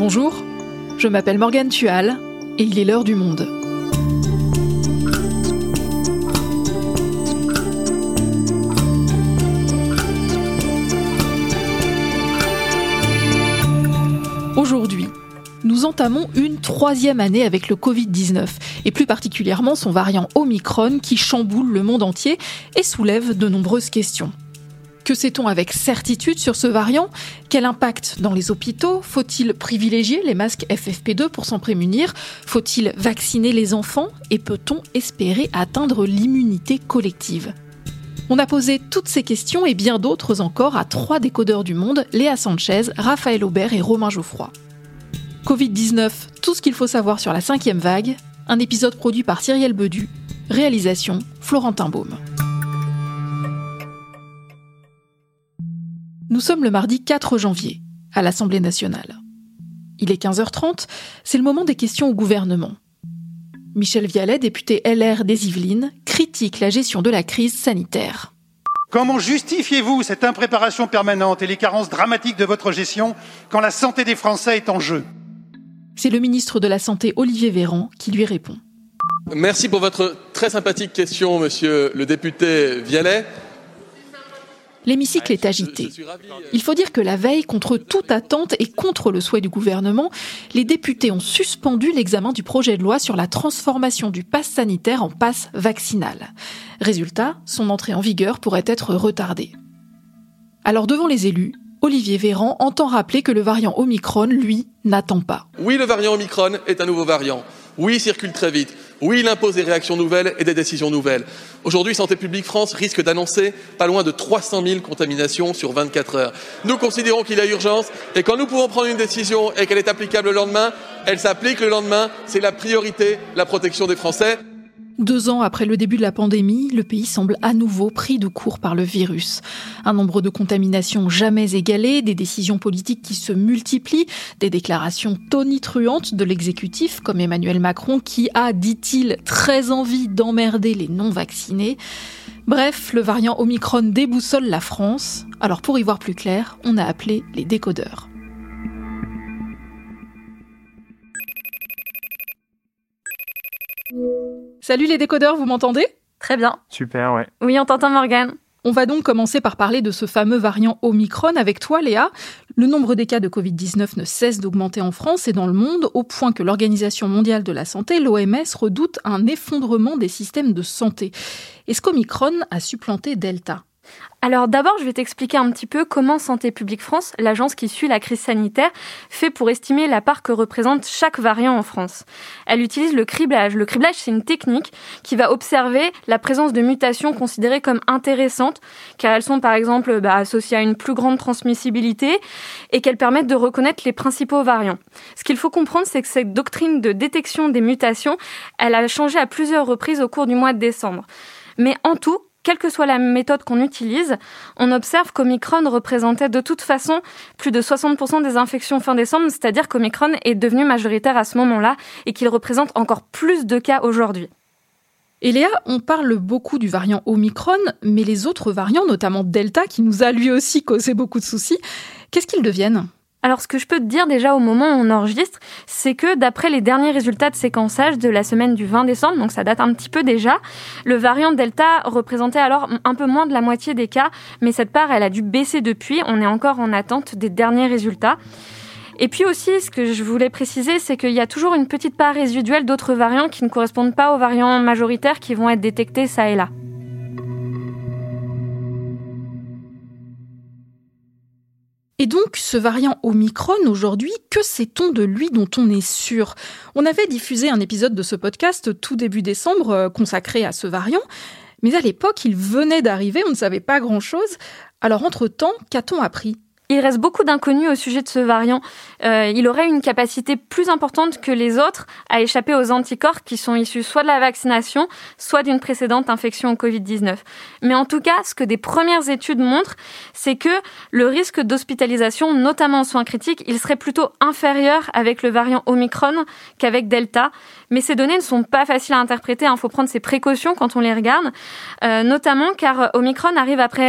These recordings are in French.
Bonjour, je m'appelle Morgane Tual et il est l'heure du monde. Aujourd'hui, nous entamons une 3e année avec le Covid-19 et plus particulièrement son variant Omicron qui chamboule le monde entier et soulève de nombreuses questions. Que sait-on avec certitude sur ce variant ? Quel impact dans les hôpitaux ? Faut-il privilégier les masques FFP2 pour s'en prémunir ? Faut-il vacciner les enfants ? Et peut-on espérer atteindre l'immunité collective ? On a posé toutes ces questions et bien d'autres encore à 3 décodeurs du monde, Léa Sanchez, Raphaël Aubert et Romain Geoffroy. Covid-19, tout ce qu'il faut savoir sur la 5e vague, un épisode produit par Cyrielle Bedu, réalisation Florentin Baume. Nous sommes le mardi 4 janvier, à l'Assemblée nationale. Il est 15h30, c'est le moment des questions au gouvernement. Michel Vialet, député LR des Yvelines, critique la gestion de la crise sanitaire. Comment justifiez-vous cette impréparation permanente et les carences dramatiques de votre gestion quand la santé des Français est en jeu ? C'est le ministre de la Santé, Olivier Véran, qui lui répond. Merci pour votre très sympathique question, monsieur le député Vialet. L'hémicycle est agité. Il faut dire que la veille, contre toute attente et contre le souhait du gouvernement, les députés ont suspendu l'examen du projet de loi sur la transformation du pass sanitaire en pass vaccinal. Résultat, son entrée en vigueur pourrait être retardée. Alors devant les élus, Olivier Véran entend rappeler que le variant Omicron, lui, n'attend pas. Oui, le variant Omicron est un nouveau variant. Oui, il circule très vite. Oui, il impose des réactions nouvelles et des décisions nouvelles. Aujourd'hui, Santé publique France risque d'annoncer pas loin de 300 000 contaminations sur 24 heures. Nous considérons qu'il y a urgence et quand nous pouvons prendre une décision et qu'elle est applicable le lendemain, elle s'applique le lendemain. C'est la priorité, la protection des Français. 2 ans après le début de la pandémie, le pays semble à nouveau pris de court par le virus. Un nombre de contaminations jamais égalé, des décisions politiques qui se multiplient, des déclarations tonitruantes de l'exécutif, comme Emmanuel Macron, qui a, dit-il, très envie d'emmerder les non-vaccinés. Bref, le variant Omicron déboussole la France. Alors pour y voir plus clair, on a appelé les décodeurs. Salut les décodeurs, vous m'entendez ? Très bien. Super, ouais. Oui, on t'entend Morgane. On va donc commencer par parler de ce fameux variant Omicron avec toi Léa. Le nombre des cas de Covid-19 ne cesse d'augmenter en France et dans le monde, au point que l'Organisation mondiale de la santé, l'OMS, redoute un effondrement des systèmes de santé. Est-ce qu'Omicron a supplanté Delta ? Alors d'abord, je vais t'expliquer un petit peu comment Santé publique France, l'agence qui suit la crise sanitaire, fait pour estimer la part que représente chaque variant en France. Elle utilise le criblage. Le criblage, c'est une technique qui va observer la présence de mutations considérées comme intéressantes, car elles sont par exemple associées à une plus grande transmissibilité et qu'elles permettent de reconnaître les principaux variants. Ce qu'il faut comprendre, c'est que cette doctrine de détection des mutations, elle a changé à plusieurs reprises au cours du mois de décembre. Mais en tout, quelle que soit la méthode qu'on utilise, on observe qu'Omicron représentait de toute façon plus de 60% des infections fin décembre, c'est-à-dire qu'Omicron est devenu majoritaire à ce moment-là et qu'il représente encore plus de cas aujourd'hui. Et Léa, on parle beaucoup du variant Omicron, mais les autres variants, notamment Delta, qui nous a lui aussi causé beaucoup de soucis, qu'est-ce qu'ils deviennent ? Alors, ce que je peux te dire déjà au moment où on enregistre, c'est que d'après les derniers résultats de séquençage de la semaine du 20 décembre, donc ça date un petit peu déjà, le variant Delta représentait alors un peu moins de la moitié des cas, mais cette part, elle a dû baisser depuis. On est encore en attente des derniers résultats. Et puis aussi, ce que je voulais préciser, c'est qu'il y a toujours une petite part résiduelle d'autres variants qui ne correspondent pas aux variants majoritaires qui vont être détectés ça et là. Et donc, ce variant Omicron, aujourd'hui, que sait-on de lui dont on est sûr ? On avait diffusé un épisode de ce podcast tout début décembre consacré à ce variant, mais à l'époque, il venait d'arriver, on ne savait pas grand-chose. Alors, entre-temps, qu'a-t-on appris ? Il reste beaucoup d'inconnus au sujet de ce variant. Il aurait une capacité plus importante que les autres à échapper aux anticorps qui sont issus soit de la vaccination, soit d'une précédente infection au Covid-19. Mais en tout cas, ce que des premières études montrent, c'est que le risque d'hospitalisation, notamment en soins critiques, il serait plutôt inférieur avec le variant Omicron qu'avec Delta. Mais ces données ne sont pas faciles à interpréter, il faut prendre ses précautions quand on les regarde, notamment car Omicron arrive après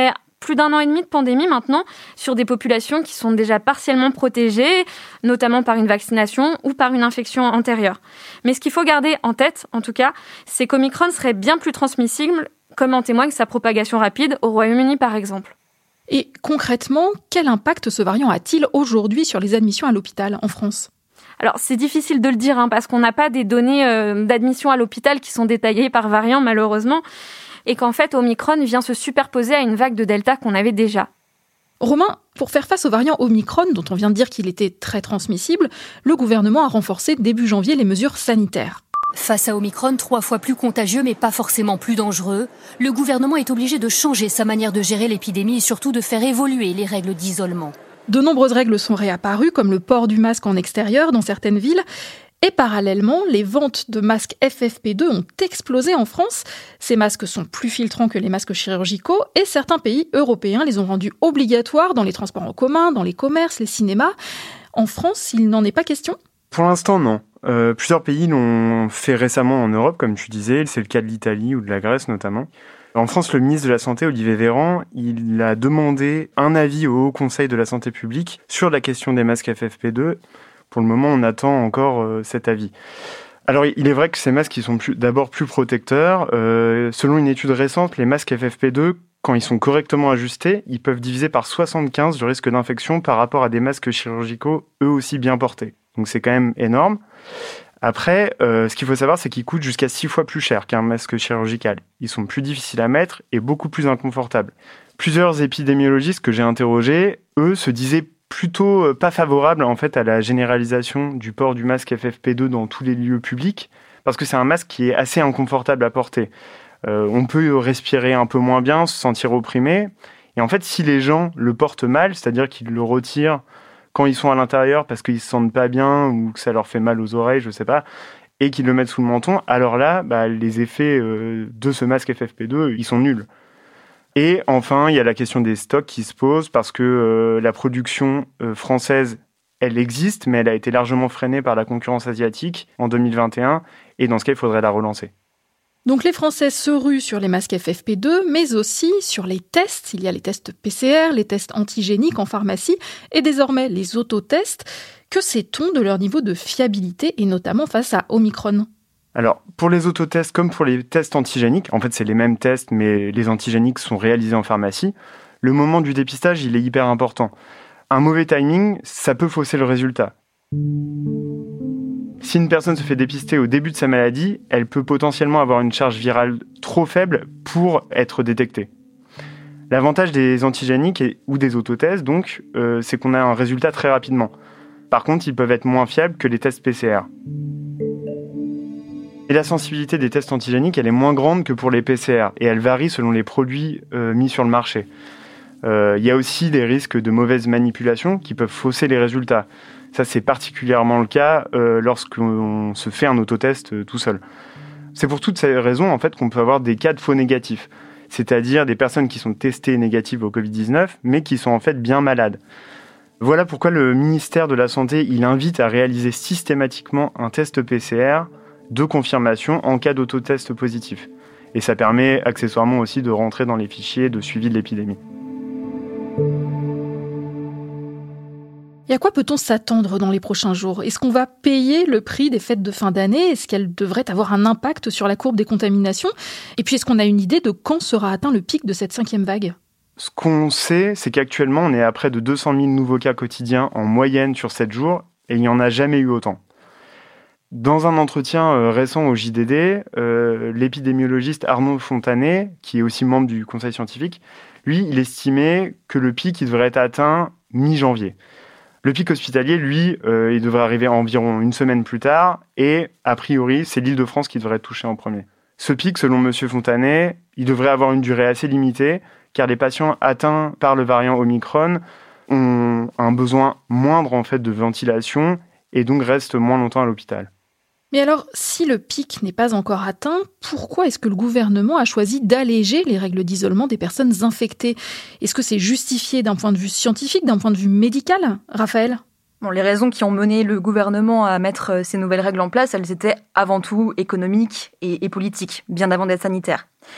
plus d'1 an et demi de pandémie maintenant sur des populations qui sont déjà partiellement protégées, notamment par une vaccination ou par une infection antérieure. Mais ce qu'il faut garder en tête, en tout cas, c'est qu'Omicron serait bien plus transmissible, comme en témoigne sa propagation rapide au Royaume-Uni par exemple. Et concrètement, quel impact ce variant a-t-il aujourd'hui sur les admissions à l'hôpital en France ? Alors, c'est difficile de le dire, parce qu'on n'a pas des données d'admission à l'hôpital qui sont détaillées par variant, malheureusement, et qu'en fait, Omicron vient se superposer à une vague de Delta qu'on avait déjà. Romain, pour faire face au variant Omicron, dont on vient de dire qu'il était très transmissible, le gouvernement a renforcé début janvier les mesures sanitaires. Face à Omicron, 3 fois plus contagieux mais pas forcément plus dangereux, le gouvernement est obligé de changer sa manière de gérer l'épidémie et surtout de faire évoluer les règles d'isolement. De nombreuses règles sont réapparues, comme le port du masque en extérieur dans certaines villes. Et parallèlement, les ventes de masques FFP2 ont explosé en France. Ces masques sont plus filtrants que les masques chirurgicaux et certains pays européens les ont rendus obligatoires dans les transports en commun, dans les commerces, les cinémas. En France, il n'en est pas question ? Pour l'instant, non. Plusieurs pays l'ont fait récemment en Europe, comme tu disais. C'est le cas de l'Italie ou de la Grèce notamment. En France, le ministre de la Santé, Olivier Véran, il a demandé un avis au Haut Conseil de la Santé publique sur la question des masques FFP2. Pour le moment, on attend encore cet avis. Alors, il est vrai que ces masques ils sont d'abord plus protecteurs. Selon une étude récente, les masques FFP2, quand ils sont correctement ajustés, ils peuvent diviser par 75 le risque d'infection par rapport à des masques chirurgicaux, eux aussi bien portés. Donc, c'est quand même énorme. Après, ce qu'il faut savoir, c'est qu'ils coûtent jusqu'à 6 fois plus cher qu'un masque chirurgical. Ils sont plus difficiles à mettre et beaucoup plus inconfortables. Plusieurs épidémiologistes que j'ai interrogés, eux, se disaient plutôt pas favorables en fait à la généralisation du port du masque FFP2 dans tous les lieux publics, parce que c'est un masque qui est assez inconfortable à porter. On peut respirer un peu moins bien, se sentir opprimé. Et en fait, si les gens le portent mal, c'est-à-dire qu'ils le retirent quand ils sont à l'intérieur parce qu'ils se sentent pas bien ou que ça leur fait mal aux oreilles, je sais pas, et qu'ils le mettent sous le menton, alors là, les effets de ce masque FFP2, ils sont nuls. Et enfin, il y a la question des stocks qui se pose parce que la production française, elle existe, mais elle a été largement freinée par la concurrence asiatique en 2021, et dans ce cas, il faudrait la relancer. Donc les Français se ruent sur les masques FFP2, mais aussi sur les tests. Il y a les tests PCR, les tests antigéniques en pharmacie et désormais les autotests. Que sait-on de leur niveau de fiabilité et notamment face à Omicron ? Alors, pour les autotests comme pour les tests antigéniques, en fait c'est les mêmes tests, mais les antigéniques sont réalisés en pharmacie, le moment du dépistage, il est hyper important. Un mauvais timing, ça peut fausser le résultat. Si une personne se fait dépister au début de sa maladie, elle peut potentiellement avoir une charge virale trop faible pour être détectée. L'avantage des antigéniques ou des autotests, donc, c'est qu'on a un résultat très rapidement. Par contre, ils peuvent être moins fiables que les tests PCR. Et la sensibilité des tests antigéniques, elle est moins grande que pour les PCR, et elle varie selon les produits mis sur le marché. Il y a aussi des risques de mauvaise manipulation qui peuvent fausser les résultats. Ça, c'est particulièrement le cas lorsqu'on se fait un autotest tout seul. C'est pour toutes ces raisons en fait, qu'on peut avoir des cas de faux négatifs, c'est-à-dire des personnes qui sont testées négatives au Covid-19, mais qui sont en fait bien malades. Voilà pourquoi le ministère de la Santé il invite à réaliser systématiquement un test PCR de confirmation en cas d'autotest positif. Et ça permet accessoirement aussi de rentrer dans les fichiers de suivi de l'épidémie. Et à quoi peut-on s'attendre dans les prochains jours ? Est-ce qu'on va payer le prix des fêtes de fin d'année ? Est-ce qu'elles devraient avoir un impact sur la courbe des contaminations ? Et puis, est-ce qu'on a une idée de quand sera atteint le pic de cette 5e vague ? Ce qu'on sait, c'est qu'actuellement, on est à près de 200 000 nouveaux cas quotidiens en moyenne sur 7 jours, et il n'y en a jamais eu autant. Dans un entretien récent au JDD, l'épidémiologiste Arnaud Fontanet, qui est aussi membre du conseil scientifique, lui, il estimait que le pic il devrait être atteint mi-janvier. Le pic hospitalier, lui, il devrait arriver environ une semaine plus tard, et a priori, c'est l'Île-de-France qui devrait être touchée en premier. Ce pic, selon M. Fontanet, il devrait avoir une durée assez limitée, car les patients atteints par le variant Omicron ont un besoin moindre en fait, de ventilation, et donc restent moins longtemps à l'hôpital. Mais alors, si le pic n'est pas encore atteint, pourquoi est-ce que le gouvernement a choisi d'alléger les règles d'isolement des personnes infectées ? Est-ce que c'est justifié d'un point de vue scientifique, d'un point de vue médical, Raphaël ? Bon, les raisons qui ont mené le gouvernement à mettre ces nouvelles règles en place, elles étaient avant tout économiques et politiques, bien avant d'être sanitaires.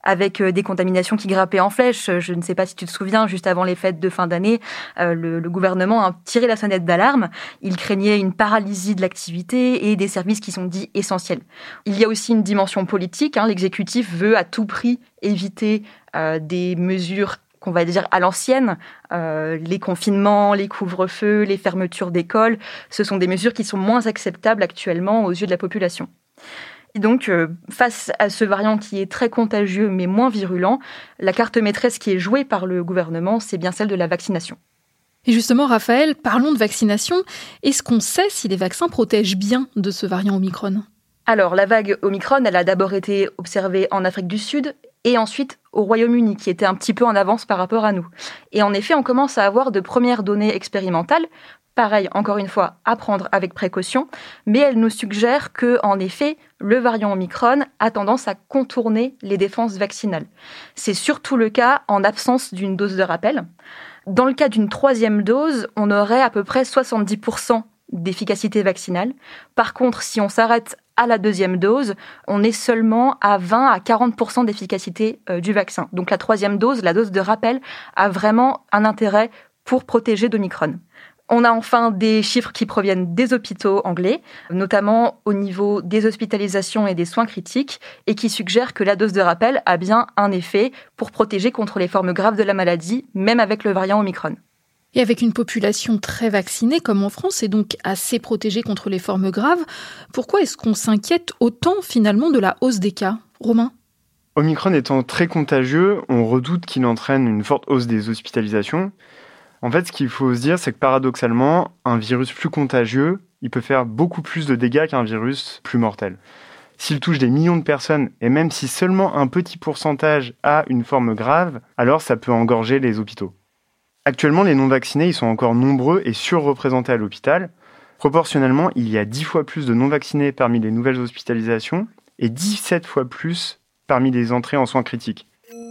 avec des contaminations qui grimpaient en flèche. Je ne sais pas si tu te souviens, juste avant les fêtes de fin d'année, le gouvernement a tiré la sonnette d'alarme. Il craignait une paralysie de l'activité et des services qui sont dits essentiels. Il y a aussi une dimension politique. L'exécutif veut à tout prix éviter des mesures qu'on va dire à l'ancienne, les confinements, les couvre-feux, les fermetures d'écoles, ce sont des mesures qui sont moins acceptables actuellement aux yeux de la population. Et donc, face à ce variant qui est très contagieux mais moins virulent, la carte maîtresse qui est jouée par le gouvernement, c'est bien celle de la vaccination. Et justement, Raphaël, parlons de vaccination. Est-ce qu'on sait si les vaccins protègent bien de ce variant Omicron ? Alors, la vague Omicron, elle a d'abord été observée en Afrique du Sud et ensuite au Royaume-Uni, qui était un petit peu en avance par rapport à nous. Et en effet, on commence à avoir de premières données expérimentales. Pareil, encore une fois, à prendre avec précaution, mais elles nous suggèrent que, en effet, le variant Omicron a tendance à contourner les défenses vaccinales. C'est surtout le cas en absence d'une dose de rappel. Dans le cas d'une 3e dose, on aurait à peu près 70% d'efficacité vaccinale. Par contre, si on s'arrête à la 2e dose, on est seulement à 20 à 40% d'efficacité du vaccin. Donc la 3e dose, la dose de rappel, a vraiment un intérêt pour protéger d'Omicron. On a enfin des chiffres qui proviennent des hôpitaux anglais, notamment au niveau des hospitalisations et des soins critiques, et qui suggèrent que la dose de rappel a bien un effet pour protéger contre les formes graves de la maladie, même avec le variant Omicron. Et avec une population très vaccinée comme en France et donc assez protégée contre les formes graves, pourquoi est-ce qu'on s'inquiète autant finalement de la hausse des cas ? Romain ? Omicron étant très contagieux, on redoute qu'il entraîne une forte hausse des hospitalisations. En fait, ce qu'il faut se dire, c'est que paradoxalement, un virus plus contagieux, il peut faire beaucoup plus de dégâts qu'un virus plus mortel. S'il touche des millions de personnes, et même si seulement un petit pourcentage a une forme grave, alors ça peut engorger les hôpitaux. Actuellement, les non-vaccinés, ils sont encore nombreux et surreprésentés à l'hôpital. Proportionnellement, il y a 10 fois plus de non-vaccinés parmi les nouvelles hospitalisations et 17 fois plus parmi les entrées en soins critiques.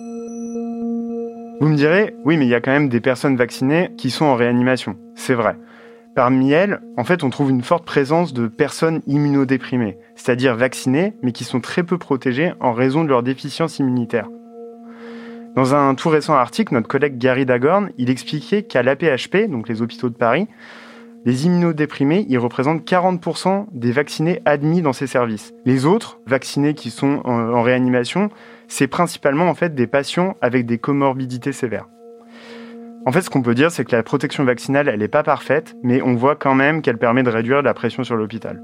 Vous me direz, oui, mais il y a quand même des personnes vaccinées qui sont en réanimation. C'est vrai. Parmi elles, en fait, on trouve une forte présence de personnes immunodéprimées, c'est-à-dire vaccinées, mais qui sont très peu protégées en raison de leur déficience immunitaire. Dans un tout récent article, notre collègue Gary Dagorn, il expliquait qu'à l'AP-HP, donc les hôpitaux de Paris, les immunodéprimés, ils représentent 40% des vaccinés admis dans ces services. Les autres, vaccinés qui sont en réanimation, c'est principalement en fait des patients avec des comorbidités sévères. En fait, ce qu'on peut dire, c'est que la protection vaccinale, elle n'est pas parfaite, mais on voit quand même qu'elle permet de réduire la pression sur l'hôpital.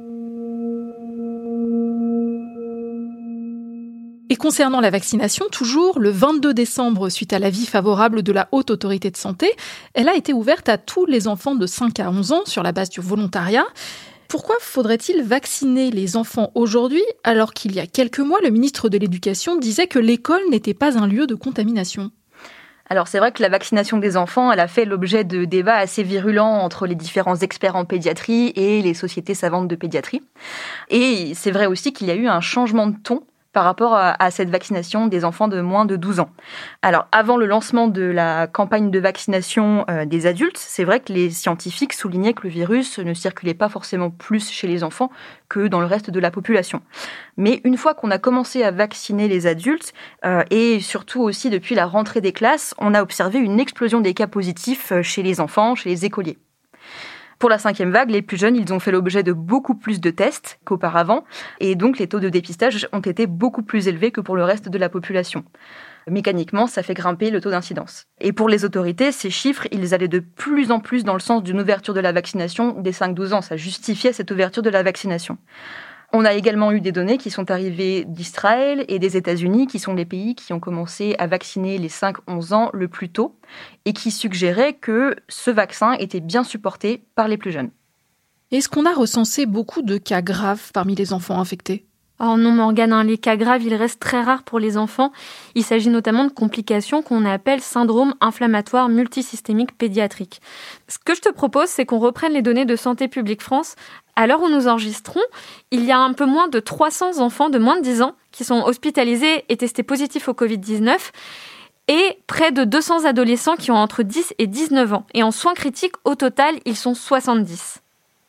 Et concernant la vaccination, toujours, le 22 décembre, suite à l'avis favorable de la Haute Autorité de Santé, elle a été ouverte à tous les enfants de 5 à 11 ans sur la base du volontariat. Pourquoi faudrait-il vacciner les enfants aujourd'hui, alors qu'il y a quelques mois, le ministre de l'Éducation disait que l'école n'était pas un lieu de contamination ? Alors c'est vrai que la vaccination des enfants, elle a fait l'objet de débats assez virulents entre les différents experts en pédiatrie et les sociétés savantes de pédiatrie. Et c'est vrai aussi qu'il y a eu un changement de ton par rapport à cette vaccination des enfants de moins de 12 ans. Alors, avant le lancement de la campagne de vaccination des adultes, c'est vrai que les scientifiques soulignaient que le virus ne circulait pas forcément plus chez les enfants que dans le reste de la population. Mais une fois qu'on a commencé à vacciner les adultes, et surtout aussi depuis la rentrée des classes, on a observé une explosion des cas positifs chez les enfants, chez les écoliers. Pour la 5e vague, les plus jeunes, ils ont fait l'objet de beaucoup plus de tests qu'auparavant, et donc les taux de dépistage ont été beaucoup plus élevés que pour le reste de la population. Mécaniquement, ça fait grimper le taux d'incidence. Et pour les autorités, ces chiffres, ils allaient de plus en plus dans le sens d'une ouverture de la vaccination des 5-12 ans. Ça justifiait cette ouverture de la vaccination. On a également eu des données qui sont arrivées d'Israël et des États-Unis, qui sont les pays qui ont commencé à vacciner les 5-11 ans le plus tôt, et qui suggéraient que ce vaccin était bien supporté par les plus jeunes. Est-ce qu'on a recensé beaucoup de cas graves parmi les enfants infectés ? Oh non, Morgane, les cas graves, ils restent très rares pour les enfants. Il s'agit notamment de complications qu'on appelle syndrome inflammatoire multisystémique pédiatrique. Ce que je te propose, c'est qu'on reprenne les données de Santé publique France. À l'heure où nous enregistrons, il y a un peu moins de 300 enfants de moins de 10 ans qui sont hospitalisés et testés positifs au Covid-19 et près de 200 adolescents qui ont entre 10 et 19 ans. Et en soins critiques, au total, ils sont 70.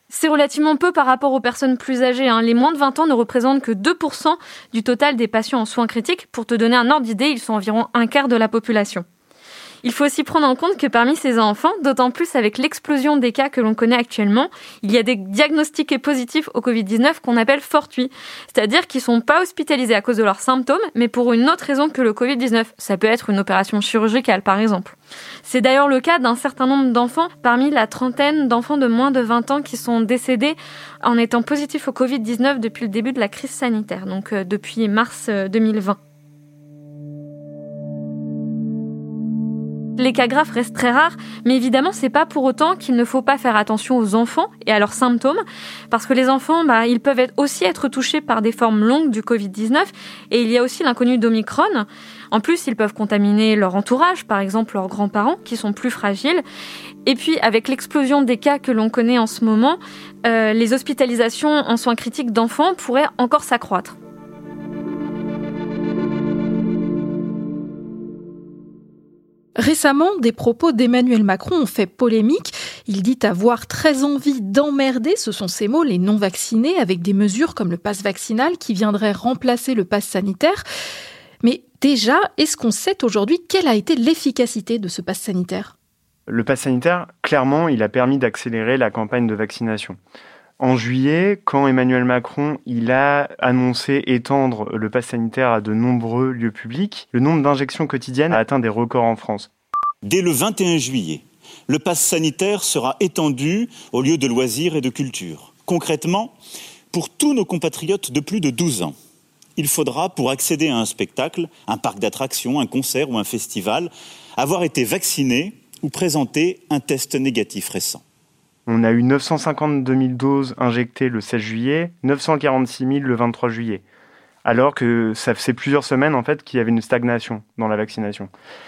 C'est relativement peu par rapport aux personnes plus âgées. Les moins de 20 ans ne représentent que 2% du total des patients en soins critiques. Pour te donner un ordre d'idée, ils sont environ un quart de la population. Il faut aussi prendre en compte que parmi ces enfants, d'autant plus avec l'explosion des cas que l'on connaît actuellement, il y a des diagnostiqués positifs au Covid-19 qu'on appelle fortuits. C'est-à-dire qu'ils ne sont pas hospitalisés à cause de leurs symptômes, mais pour une autre raison que le Covid-19. Ça peut être une opération chirurgicale, par exemple. C'est d'ailleurs le cas d'un certain nombre d'enfants, parmi la trentaine d'enfants de moins de 20 ans qui sont décédés en étant positifs au Covid-19 depuis le début de la crise sanitaire, donc depuis mars 2020. Les cas graves restent très rares, mais évidemment, c'est pas pour autant qu'il ne faut pas faire attention aux enfants et à leurs symptômes, parce que les enfants, ils peuvent aussi être touchés par des formes longues du Covid-19, et il y a aussi l'inconnu d'Omicron. En plus, ils peuvent contaminer leur entourage, par exemple leurs grands-parents, qui sont plus fragiles. Et puis, avec l'explosion des cas que l'on connaît en ce moment, les hospitalisations en soins critiques d'enfants pourraient encore s'accroître. Récemment, des propos d'Emmanuel Macron ont fait polémique. Il dit avoir très envie d'emmerder, ce sont ses mots, les non-vaccinés avec des mesures comme le pass vaccinal qui viendrait remplacer le pass sanitaire. Mais déjà, est-ce qu'on sait aujourd'hui quelle a été l'efficacité de ce pass sanitaire ? Le pass sanitaire, clairement, il a permis d'accélérer la campagne de vaccination. En juillet, quand Emmanuel Macron il a annoncé étendre le pass sanitaire à de nombreux lieux publics, le nombre d'injections quotidiennes a atteint des records en France. Dès le 21 juillet, le pass sanitaire sera étendu aux lieux de loisirs et de culture. Concrètement, pour tous nos compatriotes de plus de 12 ans, il faudra, pour accéder à un spectacle, un parc d'attractions, un concert ou un festival, avoir été vacciné ou présenter un test négatif récent. On a eu 952 000 doses injectées le 16 juillet, 946 000 le 23 juillet. Alors que ça faisait plusieurs semaines en fait, qu'il y avait une stagnation dans la vaccination.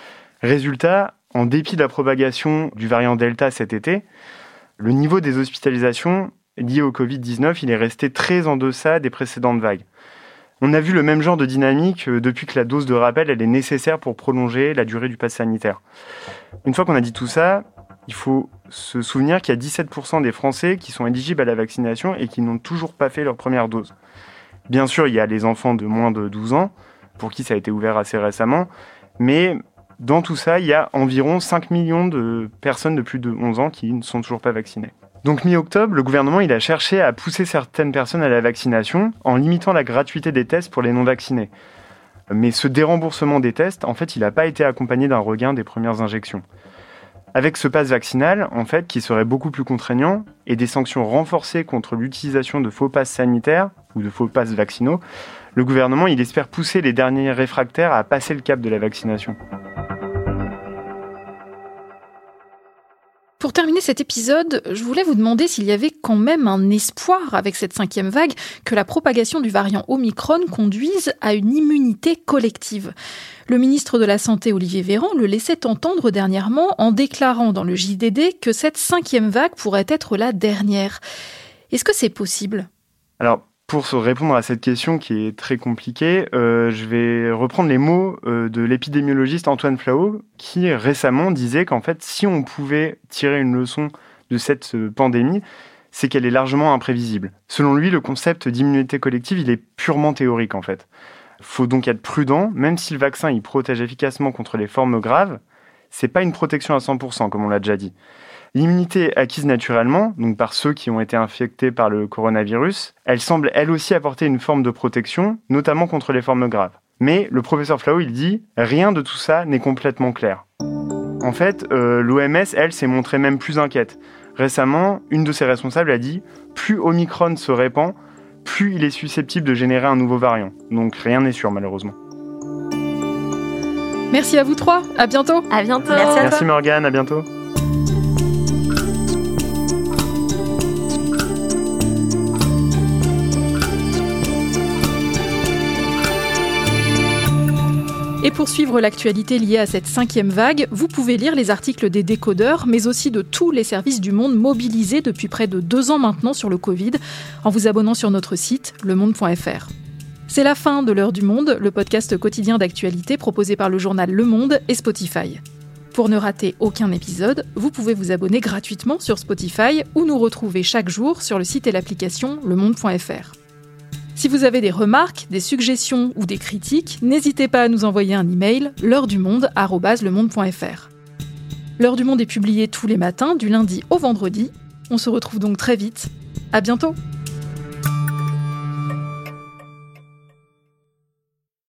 Résultat, en dépit de la propagation du variant Delta cet été, le niveau des hospitalisations liées au Covid-19 il est resté très en deçà des précédentes vagues. On a vu le même genre de dynamique depuis que la dose de rappel elle est nécessaire pour prolonger la durée du pass sanitaire. Une fois qu'on a dit tout ça, il faut se souvenir qu'il y a 17% des Français qui sont éligibles à la vaccination et qui n'ont toujours pas fait leur première dose. Bien sûr, il y a les enfants de moins de 12 ans, pour qui ça a été ouvert assez récemment, mais dans tout ça, il y a environ 5 millions de personnes de plus de 11 ans qui ne sont toujours pas vaccinées. Donc mi-octobre, le gouvernement il a cherché à pousser certaines personnes à la vaccination en limitant la gratuité des tests pour les non-vaccinés. Mais ce déremboursement des tests, en fait, il n'a pas été accompagné d'un regain des premières injections. Avec ce pass vaccinal, en fait, qui serait beaucoup plus contraignant, et des sanctions renforcées contre l'utilisation de faux passes sanitaires ou de faux passes vaccinaux, le gouvernement il espère pousser les derniers réfractaires à passer le cap de la vaccination. Pour terminer cet épisode, je voulais vous demander s'il y avait quand même un espoir avec cette 5e vague que la propagation du variant Omicron conduise à une immunité collective. Le ministre de la Santé, Olivier Véran, le laissait entendre dernièrement en déclarant dans le JDD que cette 5e vague pourrait être la dernière. Est-ce que c'est possible ? Alors, pour se répondre à cette question qui est très compliquée, je vais reprendre les mots de l'épidémiologiste Antoine Flahault qui récemment disait qu'en fait, si on pouvait tirer une leçon de cette pandémie, c'est qu'elle est largement imprévisible. Selon lui, le concept d'immunité collective, il est purement théorique en fait. Il faut donc être prudent, même si le vaccin il protège efficacement contre les formes graves, c'est pas une protection à 100%, comme on l'a déjà dit. L'immunité acquise naturellement, donc par ceux qui ont été infectés par le coronavirus, elle semble elle aussi apporter une forme de protection, notamment contre les formes graves. Mais le professeur Flahault, il dit « rien de tout ça n'est complètement clair ». En fait, l'OMS, elle, s'est montrée même plus inquiète. Récemment, une de ses responsables a dit « plus Omicron se répand, plus il est susceptible de générer un nouveau variant ». Donc rien n'est sûr, malheureusement. Merci à vous trois, à bientôt. À bientôt. Merci Morgane, à bientôt. Et pour suivre l'actualité liée à cette 5e vague, vous pouvez lire les articles des décodeurs, mais aussi de tous les services du Monde mobilisés depuis près de 2 ans maintenant sur le Covid, en vous abonnant sur notre site, lemonde.fr. C'est la fin de l'heure du Monde, le podcast quotidien d'actualité proposé par le journal Le Monde et Spotify. Pour ne rater aucun épisode, vous pouvez vous abonner gratuitement sur Spotify ou nous retrouver chaque jour sur le site et l'application lemonde.fr. Si vous avez des remarques, des suggestions ou des critiques, n'hésitez pas à nous envoyer un email l'heuredumonde@lemonde.fr. L'heure du monde est publiée tous les matins, du lundi au vendredi. On se retrouve donc très vite. À bientôt!